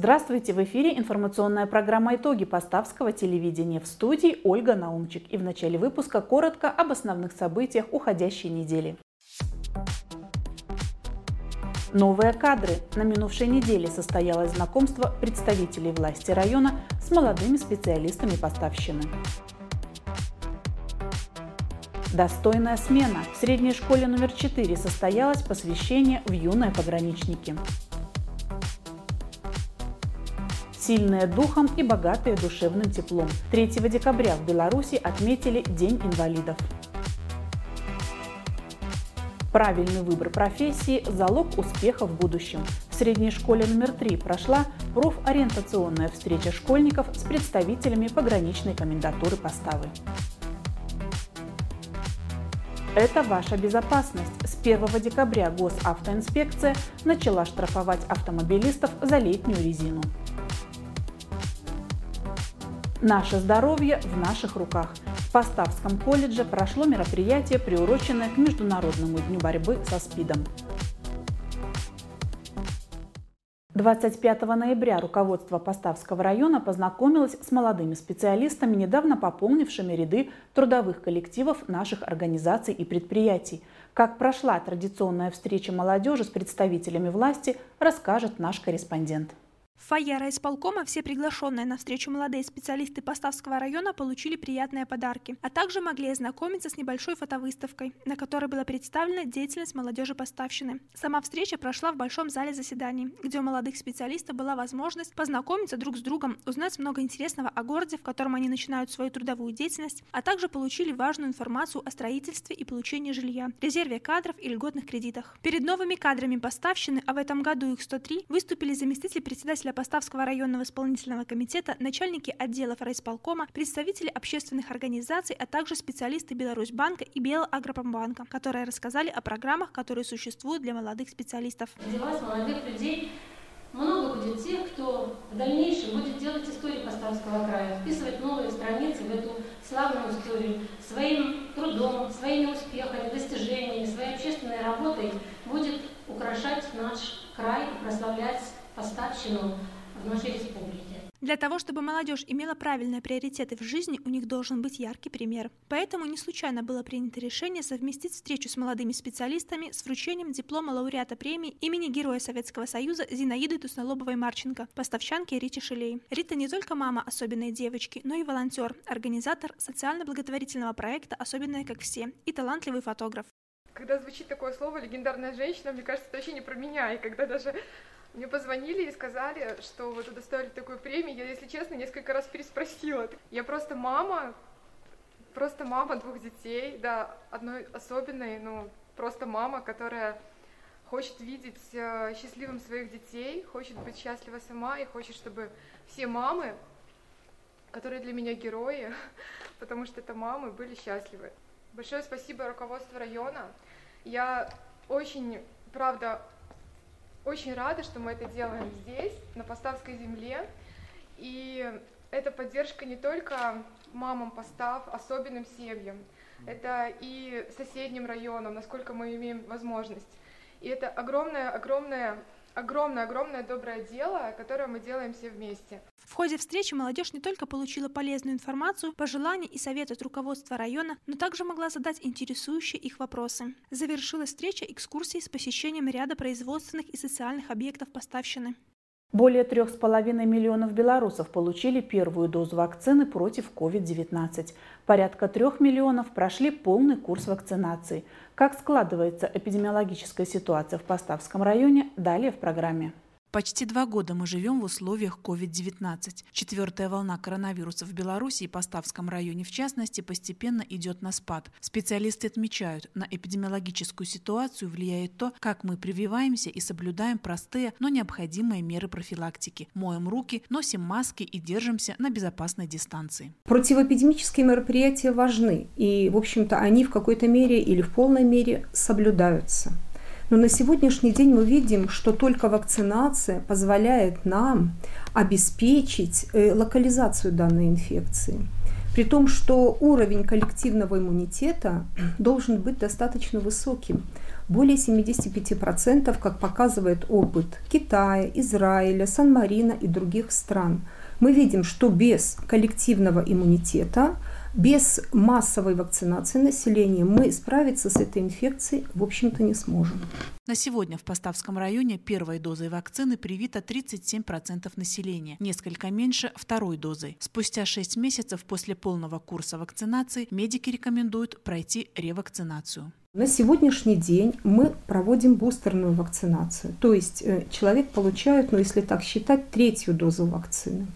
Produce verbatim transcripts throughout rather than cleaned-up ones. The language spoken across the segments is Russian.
Здравствуйте! В эфире информационная программа «Итоги Поставского телевидения». В студии Ольга Наумчик. И в начале выпуска коротко об основных событиях уходящей недели. Новые кадры. На минувшей неделе состоялось знакомство представителей власти района с молодыми специалистами поставщины. Достойная смена. В средней школе номер четыре состоялось посвящение в юные пограничники. Сильные духом и богатые душевным теплом. третьего декабря в Беларуси отметили День инвалидов. Правильный выбор профессии – залог успеха в будущем. В средней школе номер три прошла профориентационная встреча школьников с представителями пограничной комендатуры Поставы. Это ваша безопасность. С первого декабря госавтоинспекция начала штрафовать автомобилистов за летнюю резину. Наше здоровье в наших руках. В Поставском колледже прошло мероприятие, приуроченное к Международному дню борьбы со СПИДом. двадцать пятого ноября руководство Поставского района познакомилось с молодыми специалистами, недавно пополнившими ряды трудовых коллективов наших организаций и предприятий. Как прошла традиционная встреча молодежи с представителями власти, расскажет наш корреспондент. В фойе райисполкома все приглашенные на встречу молодые специалисты Поставского района получили приятные подарки, а также могли ознакомиться с небольшой фотовыставкой, на которой была представлена деятельность молодежи поставщины. Сама встреча прошла в большом зале заседаний, где у молодых специалистов была возможность познакомиться друг с другом, узнать много интересного о городе, в котором они начинают свою трудовую деятельность, а также получили важную информацию о строительстве и получении жилья, резерве кадров и льготных кредитах. Перед новыми кадрами поставщины, а в этом году их сто три, выступили заместители председателя Поставского районного исполнительного комитета, начальники отделов райисполкома, представители общественных организаций, а также специалисты Беларусьбанка и Белагропромбанка, которые рассказали о программах, которые существуют для молодых специалистов. Среди вас, молодых людей, много будет тех, кто в дальнейшем будет делать историю Поставского края, вписывать новые страницы в эту славную историю. Своим трудом, своими успехами, достижениями, своей общественной работой будет украшать наш край и прославлять поставщину в нашей республике. Для того, чтобы молодежь имела правильные приоритеты в жизни, у них должен быть яркий пример. Поэтому не случайно было принято решение совместить встречу с молодыми специалистами с вручением диплома лауреата премии имени Героя Советского Союза Зинаиды Туснолобовой-Марченко, поставщанке Рите Шилей. Рита не только мама особенной девочки, но и волонтер, организатор социально-благотворительного проекта «Особенная как все» и талантливый фотограф. Когда звучит такое слово «легендарная женщина», мне кажется, это вообще не про меня. И когда даже мне позвонили и сказали, что вот удостоили такой премии, я, если честно, несколько раз переспросила. Я просто мама, просто мама двух детей, да, одной особенной, ну, просто мама, которая хочет видеть э, счастливым своих детей, хочет быть счастлива сама и хочет, чтобы все мамы, которые для меня герои, потому что это мамы, были счастливы. Большое спасибо руководству района. Я очень, правда, очень рада, что мы это делаем здесь, на Поставской земле. И это поддержка не только мамам Постав, особенным семьям, это и соседним районам, насколько мы имеем возможность. И это огромное, огромное, огромное, огромное доброе дело, которое мы делаем все вместе. В ходе встречи молодежь не только получила полезную информацию, пожелания и советы от руководства района, но также могла задать интересующие их вопросы. Завершилась встреча экскурсией с посещением ряда производственных и социальных объектов поставщины. Более трех с половиной миллионов белорусов получили первую дозу вакцины против ковид девятнадцать. Порядка трех миллионов прошли полный курс вакцинации. Как складывается эпидемиологическая ситуация в Поставском районе, далее в программе. Почти два года мы живем в условиях ковид девятнадцать. Четвертая волна коронавируса в Беларуси и Поставском районе в частности постепенно идет на спад. Специалисты отмечают, на эпидемиологическую ситуацию влияет то, как мы прививаемся и соблюдаем простые, но необходимые меры профилактики. Моем руки, носим маски и держимся на безопасной дистанции. Противоэпидемические мероприятия важны, и, в общем-то, они в какой-то мере или в полной мере соблюдаются. Но на сегодняшний день мы видим, что только вакцинация позволяет нам обеспечить локализацию данной инфекции. При том, что уровень коллективного иммунитета должен быть достаточно высоким. Более семьдесят пять процентов, как показывает опыт Китая, Израиля, Сан-Марино и других стран. Мы видим, что без коллективного иммунитета, без массовой вакцинации населения мы справиться с этой инфекцией, в общем-то, не сможем. На сегодня в Поставском районе первой дозой вакцины привито тридцать семь процентов населения, несколько меньше второй дозой. Спустя шесть месяцев после полного курса вакцинации медики рекомендуют пройти ревакцинацию. На сегодняшний день мы проводим бустерную вакцинацию, то есть человек получает, ну если так считать, третью дозу вакцины.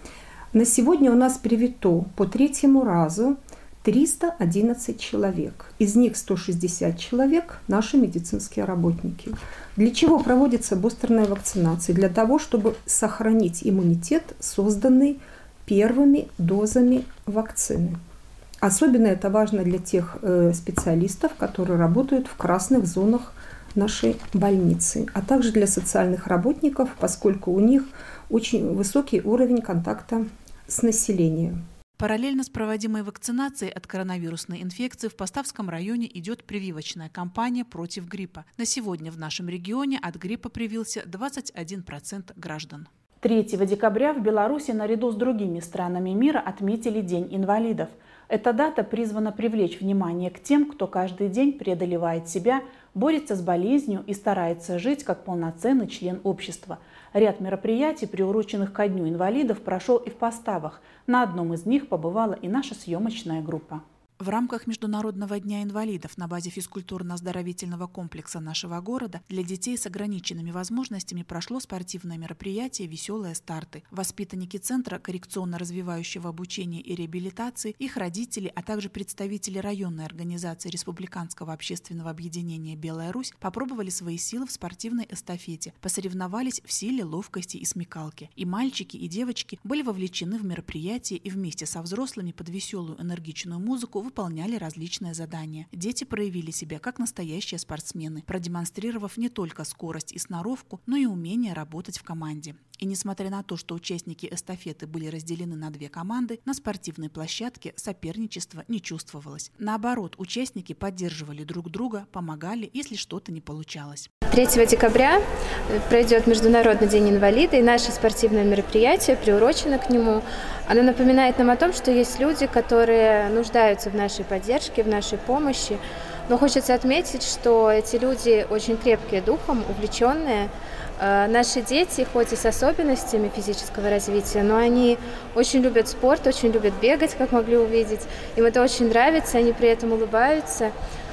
На сегодня у нас привито по третьему разу триста одиннадцать человек. Из них сто шестьдесят человек – наши медицинские работники. Для чего проводится бустерная вакцинация? Для того, чтобы сохранить иммунитет, созданный первыми дозами вакцины. Особенно это важно для тех специалистов, которые работают в красных зонах нашей больницы, а также для социальных работников, поскольку у них очень высокий уровень контакта с населением. Параллельно с проводимой вакцинацией от коронавирусной инфекции в Поставском районе идет прививочная кампания против гриппа. На сегодня в нашем регионе от гриппа привился двадцать один процент граждан. третьего декабря в Беларуси наряду с другими странами мира отметили День инвалидов. Эта дата призвана привлечь внимание к тем, кто каждый день преодолевает себя, борется с болезнью и старается жить как полноценный член общества. Ряд мероприятий, приуроченных ко Дню инвалидов, прошел и в Поставах. На одном из них побывала и наша съемочная группа. В рамках Международного дня инвалидов на базе физкультурно-оздоровительного комплекса нашего города для детей с ограниченными возможностями прошло спортивное мероприятие «Веселые старты». Воспитанники Центра коррекционно-развивающего обучения и реабилитации, их родители, а также представители районной организации Республиканского общественного объединения «Белая Русь» попробовали свои силы в спортивной эстафете, посоревновались в силе, ловкости и смекалке. И мальчики, и девочки были вовлечены в мероприятие и вместе со взрослыми под веселую энергичную музыку выполняли различные задания. Дети проявили себя как настоящие спортсмены, продемонстрировав не только скорость и сноровку, но и умение работать в команде. И несмотря на то, что участники эстафеты были разделены на две команды, на спортивной площадке соперничества не чувствовалось. Наоборот, участники поддерживали друг друга, помогали, если что-то не получалось. третьего декабря пройдет Международный день инвалида, и наше спортивное мероприятие приурочено к нему. Оно напоминает нам о том, что есть люди, которые нуждаются в нашей поддержке, в нашей помощи. Но хочется отметить, что эти люди очень крепкие духом, увлеченные. Наши дети, хоть и с особенностями физического развития, но они очень любят спорт, очень любят бегать, как могли увидеть. Им это очень нравится, они при этом улыбаются.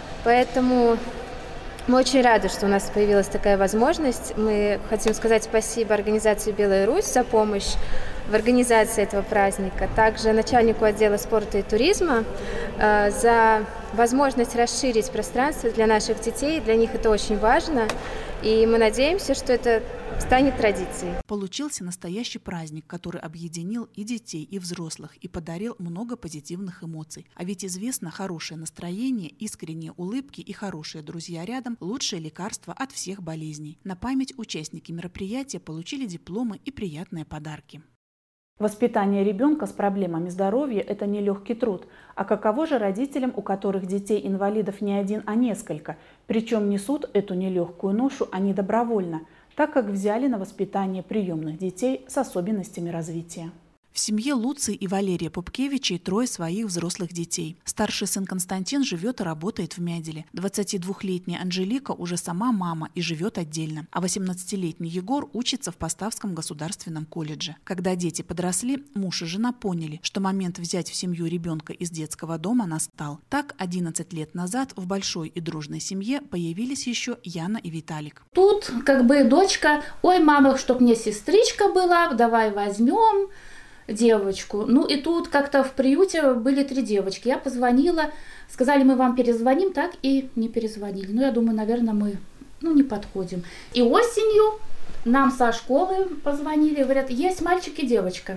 Поэтому мы очень рады, что у нас появилась такая возможность. Мы хотим сказать спасибо организации «Белая Русь» за помощь в организации этого праздника, также начальнику отдела спорта и туризма э, за возможность расширить пространство для наших детей. Для них это очень важно, и мы надеемся, что это станет традицией. Получился настоящий праздник, который объединил и детей, и взрослых, и подарил много позитивных эмоций. А ведь известно, хорошее настроение, искренние улыбки и хорошие друзья рядом – лучшее лекарство от всех болезней. На память участники мероприятия получили дипломы и приятные подарки. Воспитание ребенка с проблемами здоровья – это нелегкий труд. А каково же родителям, у которых детей-инвалидов не один, а несколько? Причем несут эту нелегкую ношу они добровольно, так как взяли на воспитание приемных детей с особенностями развития. В семье Луции и Валерия Пупкевичей трое своих взрослых детей. Старший сын Константин живет и работает в Мяделе. двадцатидвухлетняя Анжелика уже сама мама и живет отдельно. А восемнадцатилетний Егор учится в Поставском государственном колледже. Когда дети подросли, муж и жена поняли, что момент взять в семью ребенка из детского дома настал. Так, одиннадцать лет назад в большой и дружной семье появились еще Яна и Виталик. Тут как бы дочка: ой, мама, чтоб мне сестричка была, давай возьмем девочку. Ну и тут как-то в приюте были три девочки. Я позвонила, сказали, мы вам перезвоним, так и не перезвонили. Ну, я думаю, наверное, мы ну, не подходим. И осенью нам со школы позвонили, говорят, есть мальчик и девочка.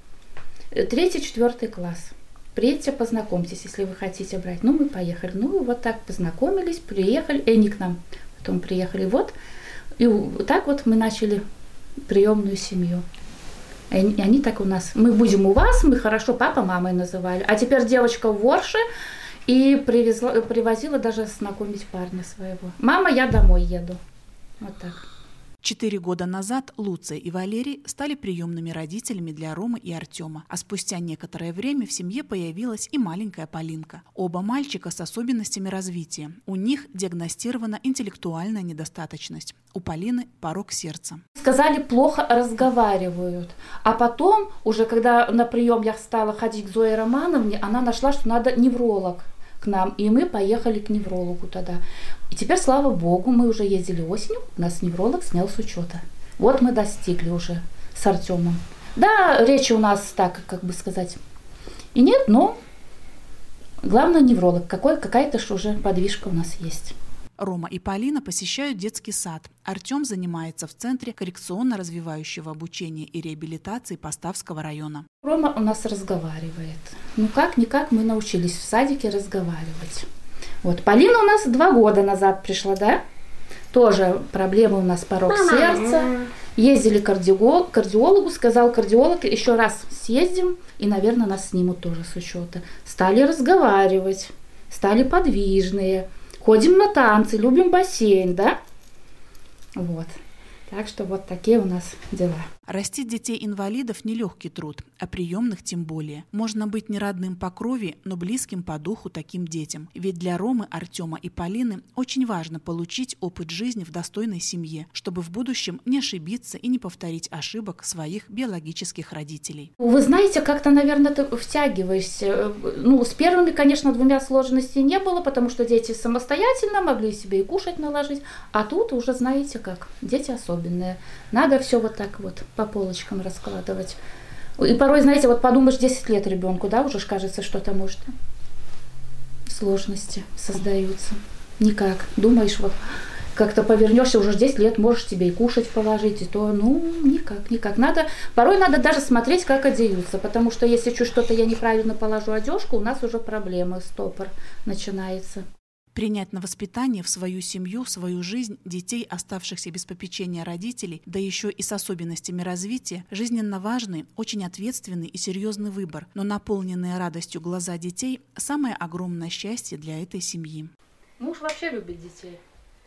Третий, четвертый класс. Приедьте, познакомьтесь, если вы хотите брать. Ну, мы поехали. Ну, вот так познакомились, приехали. И они к нам потом приехали. Вот. И так вот мы начали приемную семью. И они, и они так у нас, мы будем у вас, мы хорошо папа, мамой называли. А теперь девочка в Ворше и привезла, привозила даже знакомить парня своего. Мама, я домой еду. Вот так. Четыре года назад Луция и Валерий стали приемными родителями для Ромы и Артема, а спустя некоторое время в семье появилась и маленькая Полинка. Оба мальчика с особенностями развития. У них диагностирована интеллектуальная недостаточность. У Полины порок сердца. Сказали, плохо разговаривают. А потом, уже когда на прием я стала ходить к Зое Романовне, она нашла, что надо невролог к нам, и мы поехали к неврологу тогда. И теперь, слава богу, мы уже ездили осенью, нас невролог снял с учета. Вот мы достигли уже с Артемом. Да, речи у нас так, как бы сказать, и нет, но главное невролог, какой, какая-то ж уже подвижка у нас есть. Рома и Полина посещают детский сад. Артем занимается в Центре коррекционно-развивающего обучения и реабилитации Поставского района. Рома у нас разговаривает. Ну как-никак мы научились в садике разговаривать. Вот. Полина у нас два года назад пришла, да? Тоже проблемы у нас порок сердца. Ездили к кардиологу, кардиологу, сказал кардиолог, еще раз съездим, и, наверное, нас снимут тоже с учета. Стали разговаривать, стали подвижные. Ходим на танцы, любим бассейн, да? Вот. Так что вот такие у нас дела. Растить детей-инвалидов – нелегкий труд, а приемных тем более. Можно быть не родным по крови, но близким по духу таким детям. Ведь для Ромы, Артема и Полины очень важно получить опыт жизни в достойной семье, чтобы в будущем не ошибиться и не повторить ошибок своих биологических родителей. Вы знаете, как-то, наверное, ты втягиваешься. Ну, с первыми, конечно, двумя сложностей не было, потому что дети самостоятельно могли себе и кушать наложить. А тут уже, знаете как, дети особенные. Надо все вот так вот по полочкам раскладывать. И порой, знаете, вот подумаешь, десять лет ребенку, да, уже кажется, что-то может. Сложности создаются. Никак. Думаешь, вот как-то повернешься, уже десять лет можешь тебе и кушать положить, и то, ну, никак, никак. Надо, порой надо даже смотреть, как одеются, потому что если чуть что-то я неправильно положу одежку, у нас уже проблемы, стопор начинается. Принять на воспитание в свою семью, в свою жизнь детей, оставшихся без попечения родителей, да еще и с особенностями развития, жизненно важный, очень ответственный и серьезный выбор, но наполненные радостью глаза детей – самое огромное счастье для этой семьи. Муж вообще любит детей.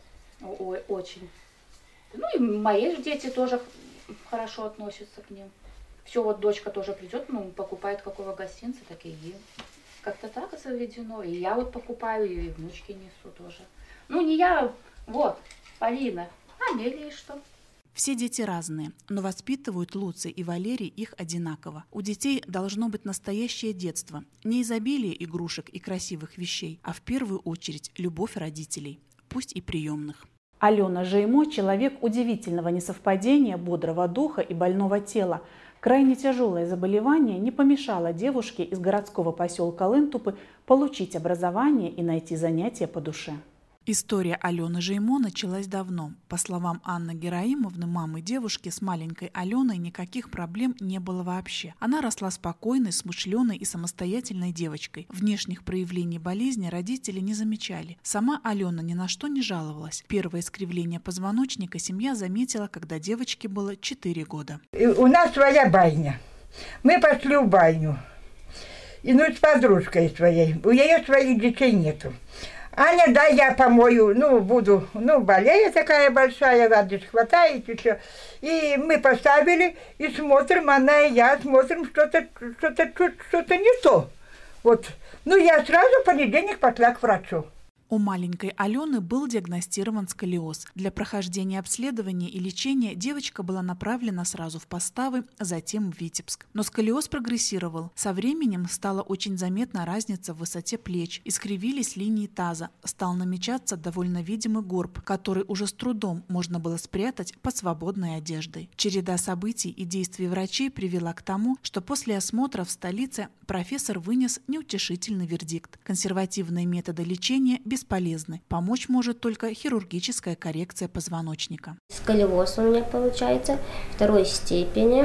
Ой, очень. Ну и мои дети тоже хорошо относятся к ним. Все, вот дочка тоже придет, ну, покупает какого гостинца, так и едим. Как-то так заведено. И я вот покупаю, и внучки несу тоже. Ну, не я, вот, Полина. Амелия что? Все дети разные, но воспитывают Луция и Валерий их одинаково. У детей должно быть настоящее детство. Не изобилие игрушек и красивых вещей, а в первую очередь любовь родителей, пусть и приемных. Алена Жеймо – человек удивительного несовпадения, бодрого духа и больного тела. Крайне тяжелое заболевание не помешало девушке из городского поселка Лынтупы получить образование и найти занятия по душе. История Алены Жеймо началась давно. По словам Анны Гераимовны, мамы девушки, с маленькой Аленой никаких проблем не было вообще. Она росла спокойной, смышленой и самостоятельной девочкой. Внешних проявлений болезни родители не замечали. Сама Алена ни на что не жаловалась. Первое искривление позвоночника семья заметила, когда девочке было четыре года. У нас своя баня. Мы пошли в баню. И ну с подружкой своей. У нее своих детей нету. Аня, да, я помою, ну, буду, ну, болея такая большая, воды хватает и все. И мы поставили, и смотрим, она и я смотрим, что-то, что-то, что-то не то. Вот. Ну, я сразу в понедельник пошла к врачу. У маленькой Алены был диагностирован сколиоз. Для прохождения обследования и лечения девочка была направлена сразу в Поставы, затем в Витебск. Но сколиоз прогрессировал. Со временем стала очень заметна разница в высоте плеч, искривились линии таза, стал намечаться довольно видимый горб, который уже с трудом можно было спрятать под свободной одеждой. Череда событий и действий врачей привела к тому, что после осмотра в столице профессор вынес неутешительный вердикт. Консервативные методы лечения бесполезны. Помочь может только хирургическая коррекция позвоночника. Сколиоз у меня получается второй степени.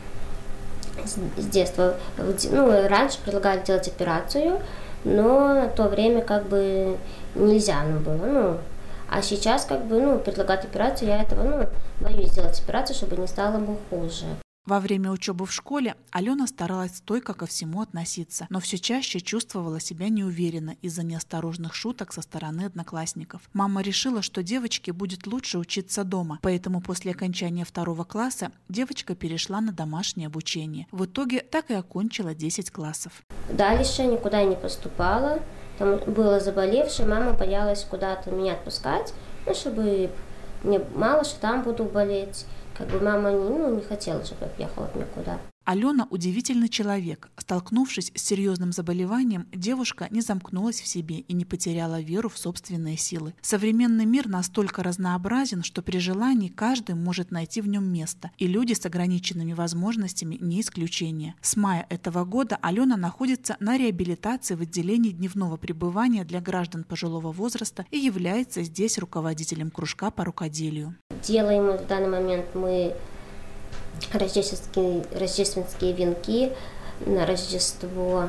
С детства. Ну, раньше предлагали делать операцию, но на то время как бы нельзя было. Ну, а сейчас как бы, ну, предлагают операцию, я этого, ну, боюсь сделать операцию, чтобы не стало бы хуже. Во время учебы в школе Алена старалась стойко ко всему относиться, но все чаще чувствовала себя неуверенно из-за неосторожных шуток со стороны одноклассников. Мама решила, что девочке будет лучше учиться дома, поэтому после окончания второго класса девочка перешла на домашнее обучение. В итоге так и окончила десять классов. Дальше никуда не поступала, там была заболевшая, мама боялась куда-то меня отпускать, ну, чтобы мне мало что там буду болеть. Как бы мама не, ну, не хотела, чтобы я ехала никуда. Алена удивительный человек. Столкнувшись с серьезным заболеванием, девушка не замкнулась в себе и не потеряла веру в собственные силы. Современный мир настолько разнообразен, что при желании каждый может найти в нем место, и люди с ограниченными возможностями не исключение. С мая этого года Алена находится на реабилитации в отделении дневного пребывания для граждан пожилого возраста и является здесь руководителем кружка по рукоделию. Делаем в данный момент мы рождественские, рождественские венки на Рождество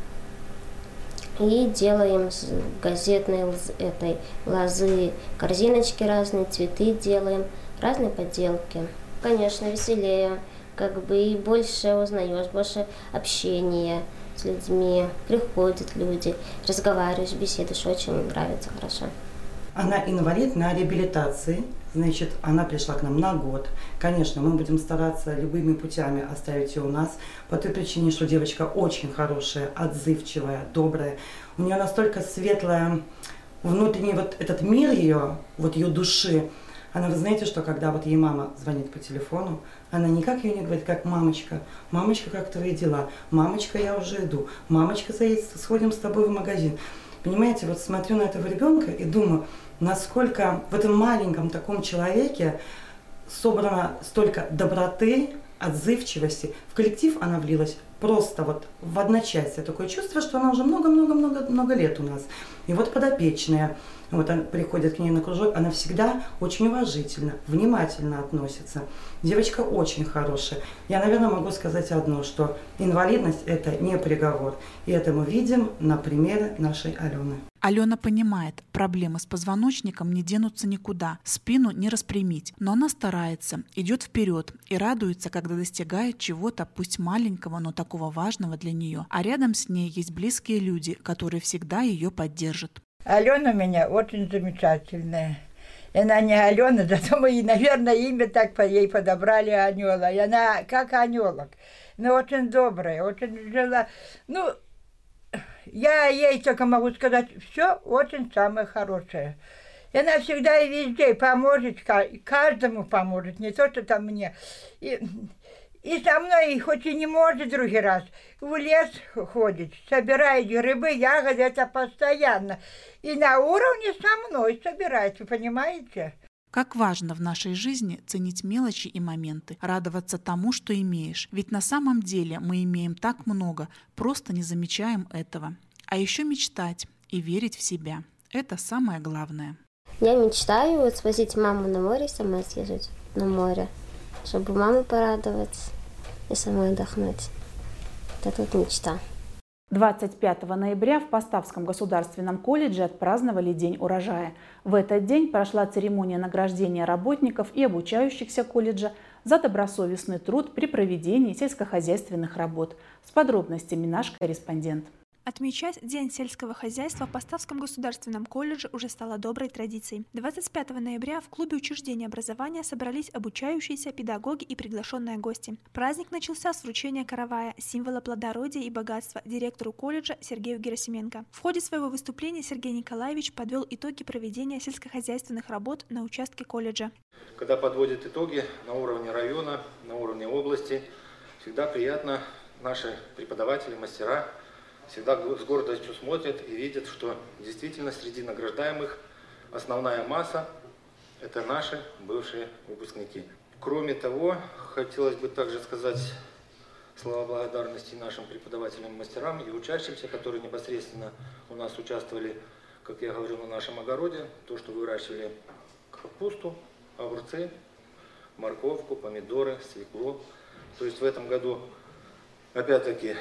и делаем газетные этой лозы, корзиночки разные, цветы делаем, разные поделки. Конечно, веселее, как бы и больше узнаешь, больше общения с людьми, приходят люди, разговариваешь, беседуешь, очень нравится, хорошо. Она инвалид на реабилитации, значит, она пришла к нам на год. Конечно, мы будем стараться любыми путями оставить ее у нас, по той причине, что девочка очень хорошая, отзывчивая, добрая. У нее настолько светлая внутренний вот этот мир ее, вот ее души. Она, вы знаете, что когда вот ей мама звонит по телефону, она никак ее не говорит, как мамочка, мамочка, как твои дела, мамочка, я уже иду, мамочка, заедь, сходим с тобой в магазин. Понимаете, вот смотрю на этого ребенка и думаю, насколько в этом маленьком таком человеке собрано столько доброты, отзывчивости. В коллектив она влилась просто вот в одночасье. Такое чувство, что она уже много-много-много лет у нас. И вот подопечная, вот она приходит к ней на кружок, она всегда очень уважительно, внимательно относится. Девочка очень хорошая. Я, наверное, могу сказать одно, что инвалидность – это не приговор. И это мы видим на примере нашей Алены. Алена понимает, проблемы с позвоночником не денутся никуда, спину не распрямить, но она старается, идет вперед и радуется, когда достигает чего-то, пусть маленького, но такого важного для нее. А рядом с ней есть близкие люди, которые всегда ее поддержат. Алена у меня очень замечательная. И она не Алена, зато мы, наверное, имя так по ей подобрали Анёла. И она как анёлок, но очень добрая, очень жила. Ну, я ей только могу сказать, все очень самое хорошее. И она всегда и везде поможет, каждому поможет, не то, что там мне. И, и со мной, хоть и не может другой раз, в лес ходит, собирает грибы, ягоды, это постоянно. И на уровне со мной собирает, вы понимаете? Как важно в нашей жизни ценить мелочи и моменты, радоваться тому, что имеешь. Ведь на самом деле мы имеем так много, просто не замечаем этого. А еще мечтать и верить в себя. Это самое главное. Я мечтаю свозить маму на море, сама съездить на море, чтобы маму порадовать и самой отдохнуть. Это вот мечта. двадцать пятого ноября в Поставском государственном колледже отпраздновали День урожая. В этот день прошла церемония награждения работников и обучающихся колледжа за добросовестный труд при проведении сельскохозяйственных работ. С подробностями наш корреспондент. Отмечать День сельского хозяйства в Поставском государственном колледже уже стало доброй традицией. двадцать пятого ноября в клубе учреждения образования собрались обучающиеся, педагоги и приглашенные гости. Праздник начался с вручения каравая, символа плодородия и богатства, директору колледжа Сергею Герасименко. В ходе своего выступления Сергей Николаевич подвел итоги проведения сельскохозяйственных работ на участке колледжа. Когда подводят итоги на уровне района, на уровне области, всегда приятно, наши преподаватели, мастера всегда с гордостью смотрят и видят, что действительно среди награждаемых основная масса – это наши бывшие выпускники. Кроме того, хотелось бы также сказать слова благодарности нашим преподавателям, мастерам и учащимся, которые непосредственно у нас участвовали, как я говорил, на нашем огороде, то, что выращивали капусту, огурцы, морковку, помидоры, свеклу. То есть в этом году, опять-таки,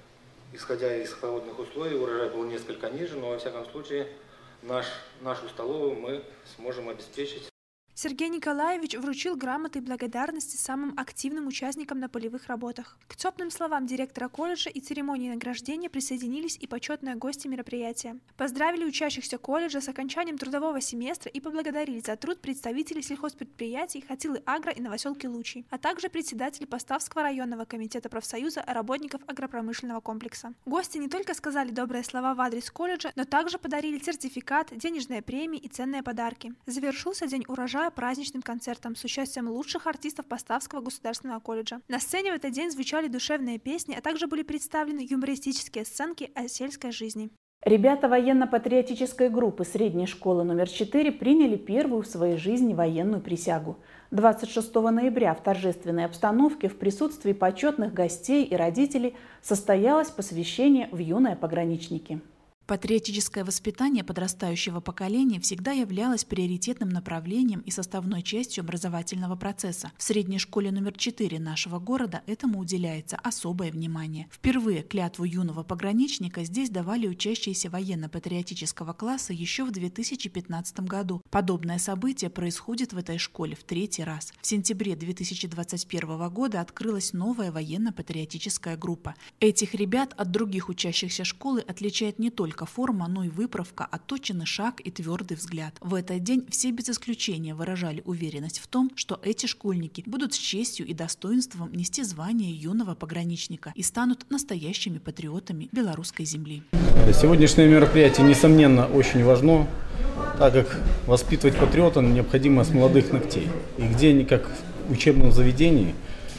исходя из холодных условий, урожай был несколько ниже, но во всяком случае наш, нашу столовую мы сможем обеспечить. Сергей Николаевич вручил грамоты и благодарности самым активным участникам на полевых работах. К теплым словам директора колледжа и церемонии награждения присоединились и почетные гости мероприятия. Поздравили учащихся колледжа с окончанием трудового семестра и поблагодарили за труд представителей сельхозпредприятий Хатилы Агро и Новоселки Лучий, а также председатель Поставского районного комитета профсоюза работников агропромышленного комплекса. Гости не только сказали добрые слова в адрес колледжа, но также подарили сертификат, денежные премии и ценные подарки. Завершился день урожая праздничным концертом с участием лучших артистов Поставского государственного колледжа. На сцене в этот день звучали душевные песни, а также были представлены юмористические сценки о сельской жизни. Ребята военно-патриотической группы средней школы номер четыре приняли первую в своей жизни военную присягу. двадцать шестого ноября в торжественной обстановке в присутствии почетных гостей и родителей состоялось посвящение в юные пограничники. Патриотическое воспитание подрастающего поколения всегда являлось приоритетным направлением и составной частью образовательного процесса. В средней школе номер четыре нашего города этому уделяется особое внимание. Впервые клятву юного пограничника здесь давали учащиеся военно-патриотического класса еще в две тысячи пятнадцатом году. Подобное событие происходит в этой школе в третий раз. В сентябре две тысячи двадцать первого года открылась новая военно-патриотическая группа. Этих ребят от других учащихся школы отличает не только форма, но и выправка, отточенный шаг и твердый взгляд. В этот день все без исключения выражали уверенность в том, что эти школьники будут с честью и достоинством нести звание юного пограничника и станут настоящими патриотами белорусской земли. Сегодняшнее мероприятие, несомненно, очень важно, так как воспитывать патриота необходимо с молодых ногтей. И где-никак в учебном заведении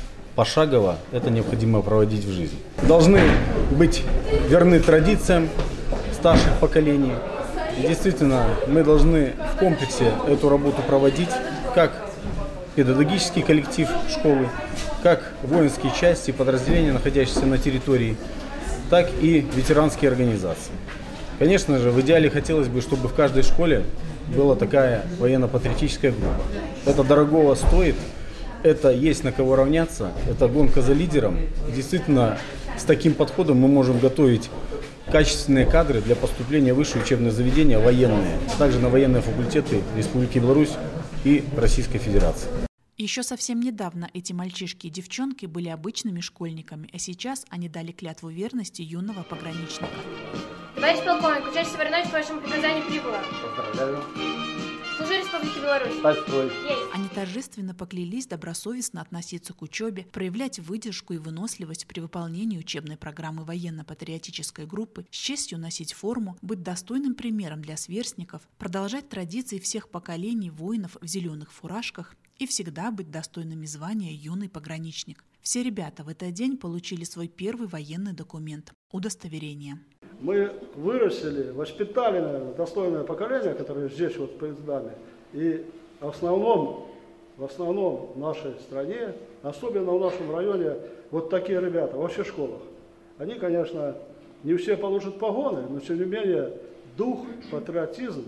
пошагово это необходимо проводить в жизни. Должны быть верны традициям старших поколений. И действительно, мы должны в комплексе эту работу проводить, как педагогический коллектив школы, как воинские части, подразделения, находящиеся на территории, так и ветеранские организации. Конечно же, в идеале хотелось бы, чтобы в каждой школе была такая военно-патриотическая группа. Это дорогого стоит, это есть на кого равняться, это гонка за лидером. И действительно, с таким подходом мы можем готовить качественные кадры для поступления в высшие учебные заведения военные, также на военные факультеты Республики Беларусь и Российской Федерации. Еще совсем недавно эти мальчишки и девчонки были обычными школьниками, а сейчас они дали клятву верности юного пограничника. Товарищ полковник, учащийся войной по вашему приказанию прибыло. Поздравляю. Служу Республике Беларусь. Стать в строй. Они торжественно поклялись добросовестно относиться к учебе, проявлять выдержку и выносливость при выполнении учебной программы военно-патриотической группы, с честью носить форму, быть достойным примером для сверстников, продолжать традиции всех поколений воинов в зеленых фуражках и всегда быть достойными звания юный пограничник. Все ребята в этот день получили свой первый военный документ – удостоверение. Мы вырастили, воспитали, наверное, достойное поколение, которое здесь вот перед нами. И в основном, в основном в нашей стране, особенно в нашем районе, вот такие ребята во всех школах. Они, конечно, не все получат погоны, но тем не менее дух, патриотизм,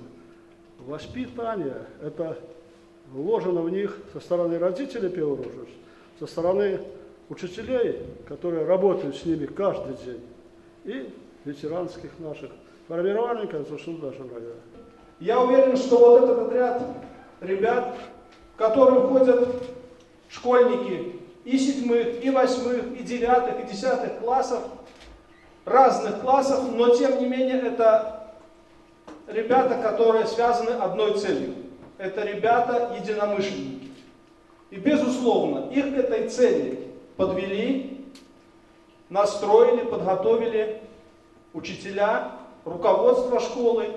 воспитание, это вложено в них со стороны родителей, в первую очередь, со стороны учителей, которые работают с ними каждый день, и ветеранских наших формирований, конечно, в нашем районе. Я уверен, что вот этот отряд ребят, в который входят школьники и седьмых, и восьмых, и девятых, и десятых классов, разных классов, но тем не менее это ребята, которые связаны одной целью. Это ребята единомышленники. И безусловно, их к этой цели подвели, настроили, подготовили учителя, руководство школы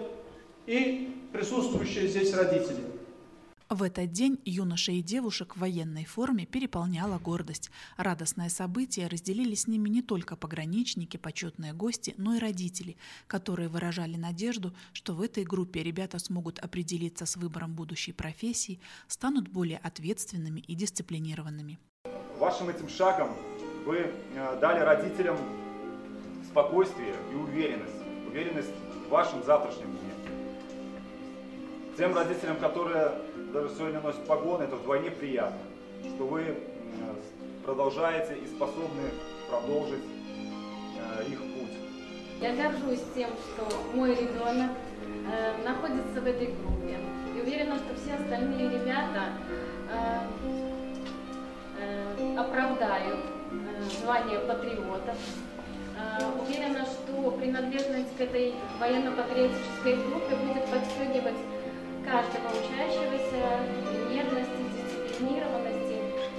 и присутствующие здесь родители. В этот день юношей и девушек в военной форме переполняла гордость. Радостное событие разделили с ними не только пограничники, почетные гости, но и родители, которые выражали надежду, что в этой группе ребята смогут определиться с выбором будущей профессии, станут более ответственными и дисциплинированными. Вашим этим шагом вы дали родителям спокойствие и уверенность, уверенность в вашем завтрашнем дне. Тем родителям, которые даже сегодня носят погоны, это вдвойне приятно, что вы продолжаете и способны продолжить их путь. Я горжусь тем, что мой ребенок находится в этой группе. И уверена, что все остальные ребята получают звание патриотов. Уверена, что принадлежность к этой военно-патриотической группе будет подстегивать каждого учащегося нервности, дисциплинированности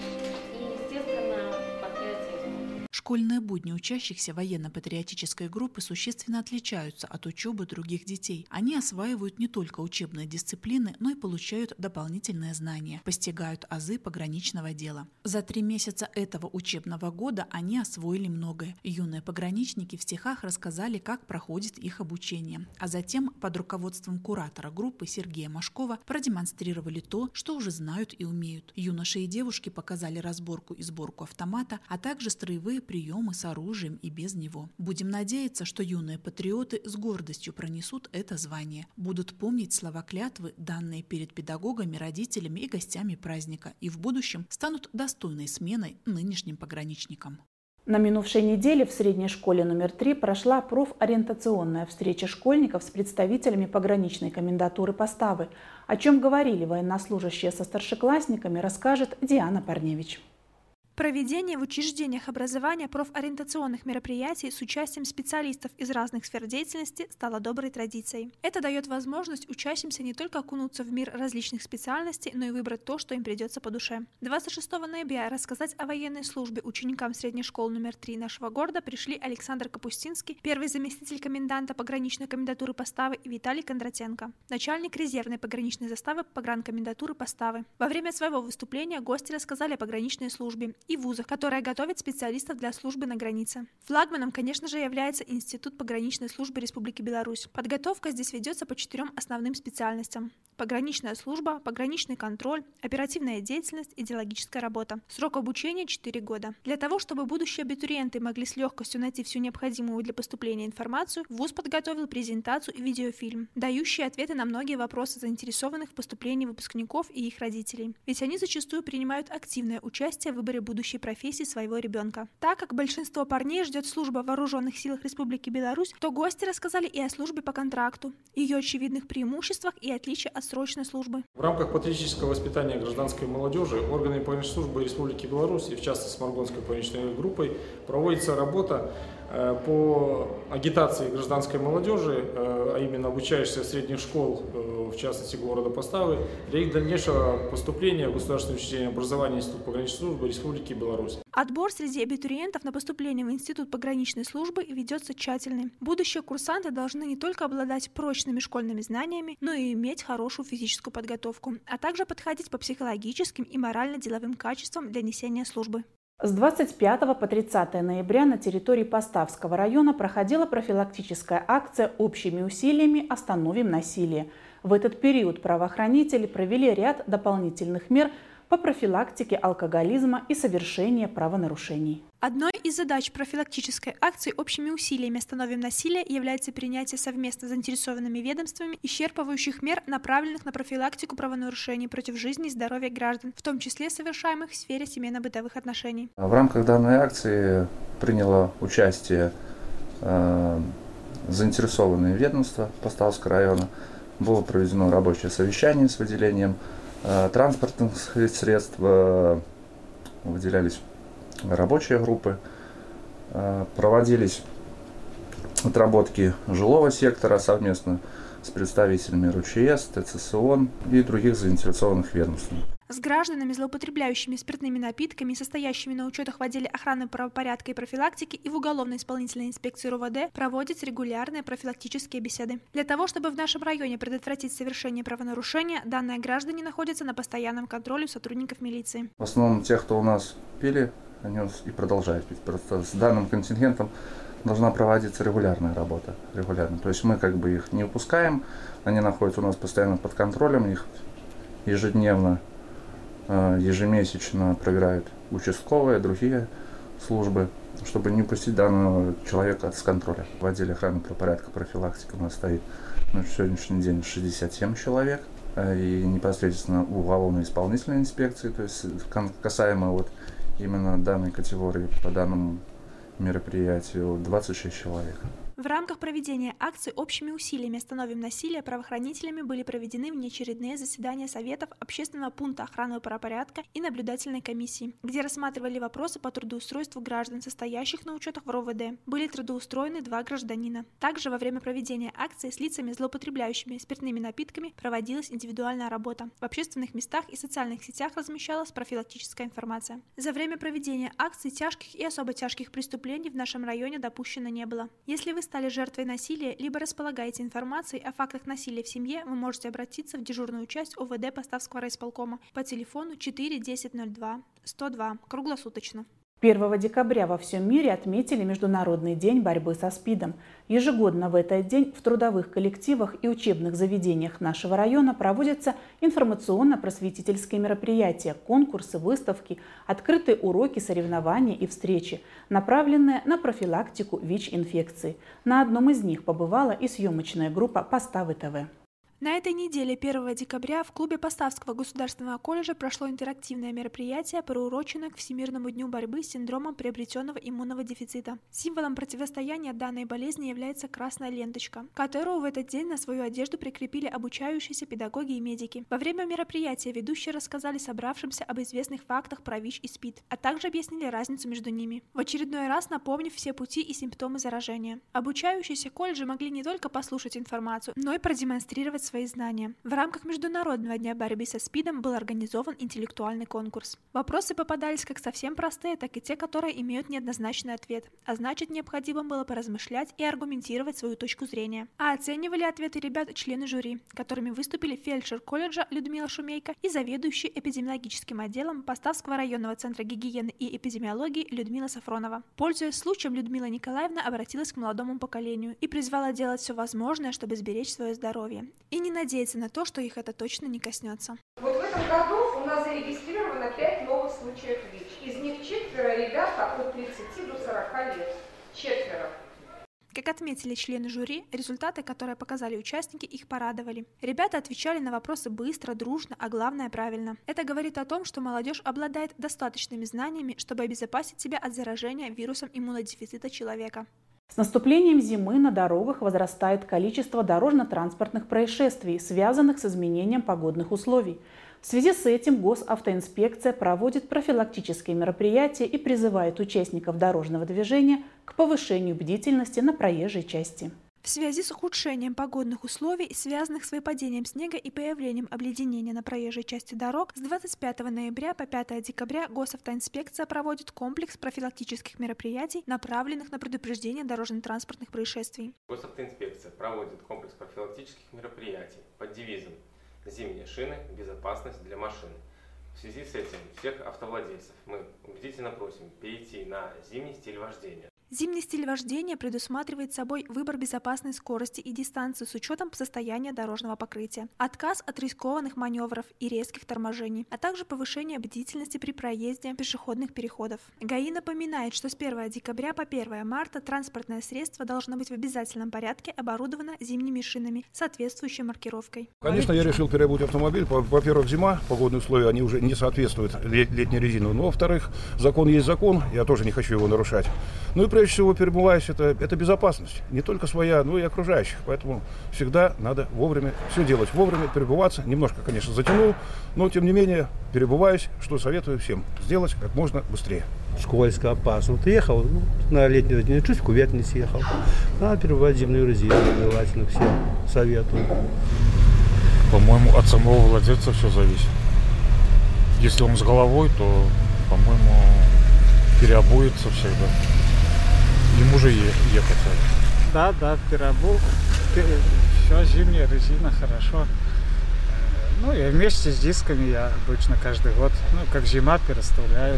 и, естественно, патриотизма. Школьные будни учащихся военно-патриотической группы существенно отличаются от учебы других детей. Они осваивают не только учебные дисциплины, но и получают дополнительные знания, постигают азы пограничного дела. За три месяца этого учебного года они освоили многое. Юные пограничники в стихах рассказали, как проходит их обучение, а затем под руководством куратора группы Сергея Машкова продемонстрировали то, что уже знают и умеют. Юноши и девушки показали разборку и сборку автомата, а также строевые приемы с оружием и без него. Будем надеяться, что юные патриоты с гордостью пронесут это звание, будут помнить слова клятвы, данные перед педагогами, родителями и гостями праздника, и в будущем станут достойной сменой нынешним пограничникам. На минувшей неделе в средней школе номер три прошла профориентационная встреча школьников с представителями пограничной комендатуры Поставы. О чем говорили военнослужащие со старшеклассниками, расскажет Диана Парневич. Проведение в учреждениях образования профориентационных мероприятий с участием специалистов из разных сфер деятельности стало доброй традицией. Это дает возможность учащимся не только окунуться в мир различных специальностей, но и выбрать то, что им придется по душе. двадцать шестого ноября рассказать о военной службе ученикам средней школы номер три нашего города пришли Александр Капустинский, первый заместитель коменданта пограничной комендатуры Поставы, и Виталий Кондратенко, начальник резервной пограничной заставы погранкомендатуры Поставы. Во время своего выступления гости рассказали о пограничной службе и вузах, которые готовят специалистов для службы на границе. Флагманом, конечно же, является Институт пограничной службы Республики Беларусь. Подготовка здесь ведется по четырем основным специальностям: пограничная служба, пограничный контроль, оперативная деятельность, идеологическая работа. Срок обучения – четыре года. Для того, чтобы будущие абитуриенты могли с легкостью найти всю необходимую для поступления информацию, вуз подготовил презентацию и видеофильм, дающие ответы на многие вопросы заинтересованных в поступлении выпускников и их родителей. Ведь они зачастую принимают активное участие в выборе будущей профессии своего ребенка. Так как большинство парней ждет служба в вооруженных силах Республики Беларусь, то гости рассказали и о службе по контракту, ее очевидных преимуществах и отличиях от срочной службы. В рамках патриотического воспитания гражданской молодежи органами пограничной службы Республики Беларусь, и в частности с Маргонской пограничной группой, проводится работа по агитации гражданской молодежи, а именно обучающихся в средних школ, в частности города Поставы, для их дальнейшего поступления в государственное учреждение образования Институт пограничной службы Республики Беларусь. Отбор среди абитуриентов на поступление в Институт пограничной службы ведется тщательный. Будущие курсанты должны не только обладать прочными школьными знаниями, но и иметь хорошую физическую подготовку, а также подходить по психологическим и морально-деловым качествам для несения службы. С двадцать пятого по тридцатое ноября на территории Поставского района проходила профилактическая акция «Общими усилиями остановим насилие». В этот период правоохранители провели ряд дополнительных мер по профилактике алкоголизма и совершения правонарушений. Одной из задач профилактической акции «Общими усилиями остановим насилие» является принятие совместно с заинтересованными ведомствами исчерпывающих мер, направленных на профилактику правонарушений против жизни и здоровья граждан, в том числе совершаемых в сфере семейно-бытовых отношений. В рамках данной акции приняло участие э, заинтересованные ведомства Поставского района. Было проведено рабочее совещание с выделением э, транспортных средств, э, выделялись рабочие группы, э, проводились отработки жилого сектора совместно с представителями РУЧС, ТЦСОН и других заинтересованных ведомств. С гражданами, злоупотребляющими спиртными напитками, состоящими на учетах в отделе охраны правопорядка и профилактики и в уголовно-исполнительной инспекции РУВД, проводятся регулярные профилактические беседы. Для того, чтобы в нашем районе предотвратить совершение правонарушения, данные граждане находятся на постоянном контроле у сотрудников милиции. В основном тех, кто у нас пили, они и продолжают пить. Просто с данным контингентом должна проводиться регулярная работа. Регулярно. То есть мы как бы их не упускаем, они находятся у нас постоянно под контролем, их ежедневно, ежемесячно проверяют участковые, другие службы, чтобы не упустить данного человека с контроля. В отделе охраны правопорядка профилактика у нас стоит на сегодняшний день шестьдесят семь человек. И непосредственно у уголовно-исполнительной инспекции, то есть касаемо вот именно данной категории по данному мероприятию, двадцать шесть человек. В рамках проведения акции «Общими усилиями остановим насилие» правоохранителями были проведены внеочередные заседания Советов Общественного пункта охраны правопорядка и наблюдательной комиссии, где рассматривали вопросы по трудоустройству граждан, состоящих на учетах в РОВД. Были трудоустроены два гражданина. Также во время проведения акции с лицами, злоупотребляющими спиртными напитками, проводилась индивидуальная работа. В общественных местах и социальных сетях размещалась профилактическая информация. За время проведения акции тяжких и особо тяжких преступлений в нашем районе допущено не было. Если вы стали жертвой насилия, либо располагаете информацией о фактах насилия в семье, вы можете обратиться в дежурную часть ОВД Поставского райисполкома по телефону четыре десять ноль два сто два круглосуточно. первого декабря во всем мире отметили Международный день борьбы со СПИДом. Ежегодно в этот день в трудовых коллективах и учебных заведениях нашего района проводятся информационно-просветительские мероприятия, конкурсы, выставки, открытые уроки, соревнования и встречи, направленные на профилактику ВИЧ-инфекции. На одном из них побывала и съемочная группа «Поставы ТВ». На этой неделе, первого декабря, в клубе Поставского государственного колледжа прошло интерактивное мероприятие, приуроченное к Всемирному дню борьбы с синдромом приобретенного иммунного дефицита. Символом противостояния данной болезни является красная ленточка, которую в этот день на свою одежду прикрепили обучающиеся педагоги и медики. Во время мероприятия ведущие рассказали собравшимся об известных фактах про ВИЧ и СПИД, а также объяснили разницу между ними, в очередной раз напомнив все пути и симптомы заражения. Обучающиеся колледжи могли не только послушать информацию, но и продемонстрировать свои знания. В рамках Международного дня борьбы со СПИДом был организован интеллектуальный конкурс. Вопросы попадались как совсем простые, так и те, которые имеют неоднозначный ответ, а значит, необходимо было поразмышлять и аргументировать свою точку зрения. А оценивали ответы ребят члены жюри, которыми выступили фельдшер колледжа Людмила Шумейко и заведующий эпидемиологическим отделом Поставского районного центра гигиены и эпидемиологии Людмила Сафронова. Пользуясь случаем, Людмила Николаевна обратилась к молодому поколению и призвала делать все возможное, чтобы сберечь свое здоровье. И не надеяться на то, что их это точно не коснется. Вот в этом году у нас зарегистрировано пять новых случаев ВИЧ. Из них четверо ребята от тридцати до сорока лет. Четверо. Как отметили члены жюри, результаты, которые показали участники, их порадовали. Ребята отвечали на вопросы быстро, дружно, а главное правильно. Это говорит о том, что молодежь обладает достаточными знаниями, чтобы обезопасить себя от заражения вирусом иммунодефицита человека. С наступлением зимы на дорогах возрастает количество дорожно-транспортных происшествий, связанных с изменением погодных условий. В связи с этим Госавтоинспекция проводит профилактические мероприятия и призывает участников дорожного движения к повышению бдительности на проезжей части. В связи с ухудшением погодных условий, связанных с выпадением снега и появлением обледенения на проезжей части дорог, с двадцать пятого ноября по пятое декабря Госавтоинспекция проводит комплекс профилактических мероприятий, направленных на предупреждение дорожно-транспортных происшествий. Госавтоинспекция проводит комплекс профилактических мероприятий под девизом «Зимние шины. Безопасность для машин». В связи с этим всех автовладельцев мы убедительно просим перейти на зимний стиль вождения. Зимний стиль вождения предусматривает собой выбор безопасной скорости и дистанции с учетом состояния дорожного покрытия, отказ от рискованных маневров и резких торможений, а также повышение бдительности при проезде пешеходных переходов. ГАИ напоминает, что с первого декабря по первое марта транспортное средство должно быть в обязательном порядке оборудовано зимними шинами с соответствующей маркировкой. Конечно, я решил переобуть автомобиль. Во-первых, зима, погодные условия, они уже не соответствуют летней резине. Но, во-вторых, закон есть закон, я тоже не хочу его нарушать. Ну и прежде всего, перебываясь, это, это безопасность. Не только своя, но и окружающих. Поэтому всегда надо вовремя все делать. Вовремя перебываться. Немножко, конечно, затянул, но, тем не менее, перебываюсь, что советую всем сделать как можно быстрее. Скользко, опасно. Вот ехал, ну, на летней резине, чуть в кувет не съехал. Надо перебывать зимнюю резину, желательно всем советую. По-моему, от самого владельца все зависит. Если он с головой, то, по-моему, переобуется всегда. Ему же ехать. Да, да, переобул. Все, зимняя резина, хорошо. Ну и вместе с дисками я обычно каждый год, ну как зима, переставляю.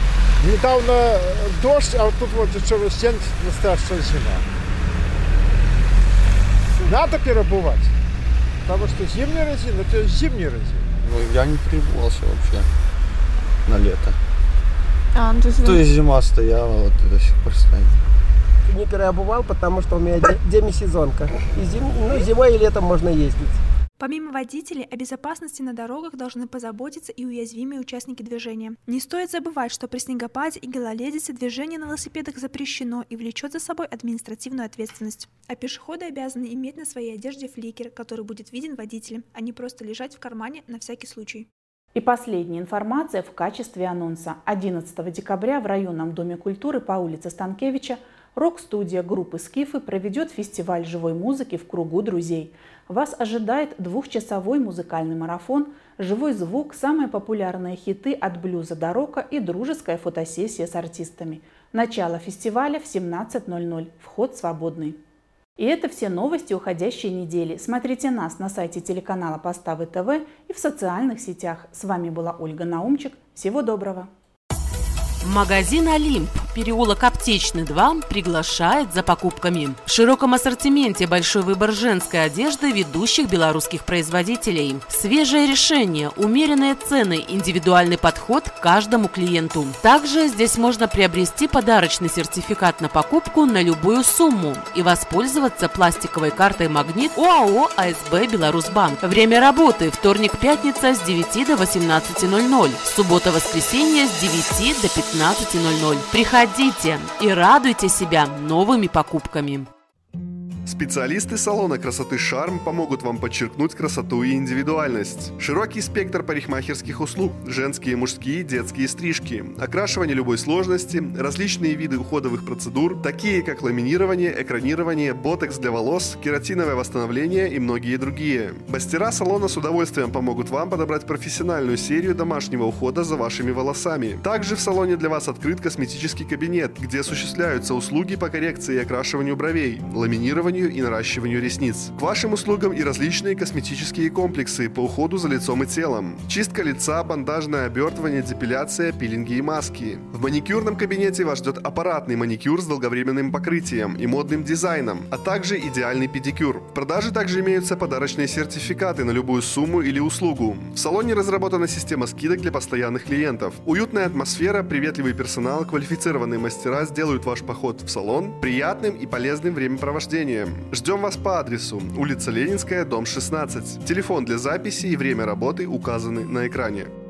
Недавно дождь, а вот тут вот еще стен настоящая зима. Надо переобувать, потому что зимняя резина, это зимняя резина. Ну, я не переобувался вообще на лето. А, ну, то, есть... то есть зима стояла, вот и до сих пор стоит. Не переобувал, потому что у меня демисезонка. И зим... ну, зимой и летом можно ездить. Помимо водителей, о безопасности на дорогах должны позаботиться и уязвимые участники движения. Не стоит забывать, что при снегопаде и гололедице движение на велосипедах запрещено и влечет за собой административную ответственность. А пешеходы обязаны иметь на своей одежде фликер, который будет виден водителем, а не просто лежать в кармане на всякий случай. И последняя информация в качестве анонса. одиннадцатого декабря в районном доме культуры по улице Станкевича рок-студия группы «Скифы» проведет фестиваль живой музыки в кругу друзей. Вас ожидает двухчасовой музыкальный марафон, живой звук, самые популярные хиты от блюза до рока и дружеская фотосессия с артистами. Начало фестиваля в семнадцать ноль ноль. Вход свободный. И это все новости уходящей недели. Смотрите нас на сайте телеканала Поставы ТВ и в социальных сетях. С вами была Ольга Наумчик. Всего доброго! Магазин «Олимп», переулок Аптечный, два, приглашает за покупками. В широком ассортименте большой выбор женской одежды ведущих белорусских производителей. Свежее решение, умеренные цены, индивидуальный подход к каждому клиенту. Также здесь можно приобрести подарочный сертификат на покупку на любую сумму и воспользоваться пластиковой картой «Магнит» ОАО АСБ «Беларусьбанк». Время работы – вторник-пятница с девяти до восемнадцати ноль ноль, суббота-воскресенье с девяти до пятнадцати ноль ноль. Приходите и радуйте себя новыми покупками. Специалисты салона красоты «Шарм» помогут вам подчеркнуть красоту и индивидуальность. Широкий спектр парикмахерских услуг, женские, мужские, детские стрижки, окрашивание любой сложности, различные виды уходовых процедур, такие как ламинирование, экранирование, ботокс для волос, кератиновое восстановление и многие другие. Мастера салона с удовольствием помогут вам подобрать профессиональную серию домашнего ухода за вашими волосами. Также в салоне для вас открыт косметический кабинет, где осуществляются услуги по коррекции и окрашиванию бровей, ламинированию и наращиванию ресниц. К вашим услугам и различные косметические комплексы по уходу за лицом и телом. Чистка лица, бандажное обертывание, депиляция, пилинги и маски. В маникюрном кабинете вас ждет аппаратный маникюр с долговременным покрытием и модным дизайном, а также идеальный педикюр. В продаже также имеются подарочные сертификаты на любую сумму или услугу. В салоне разработана система скидок для постоянных клиентов. Уютная атмосфера, приветливый персонал, квалифицированные мастера сделают ваш поход в салон приятным и полезным времяпровождением. Ждем вас по адресу улица Ленинская, дом шестнадцать. Телефон для записи и время работы указаны на экране.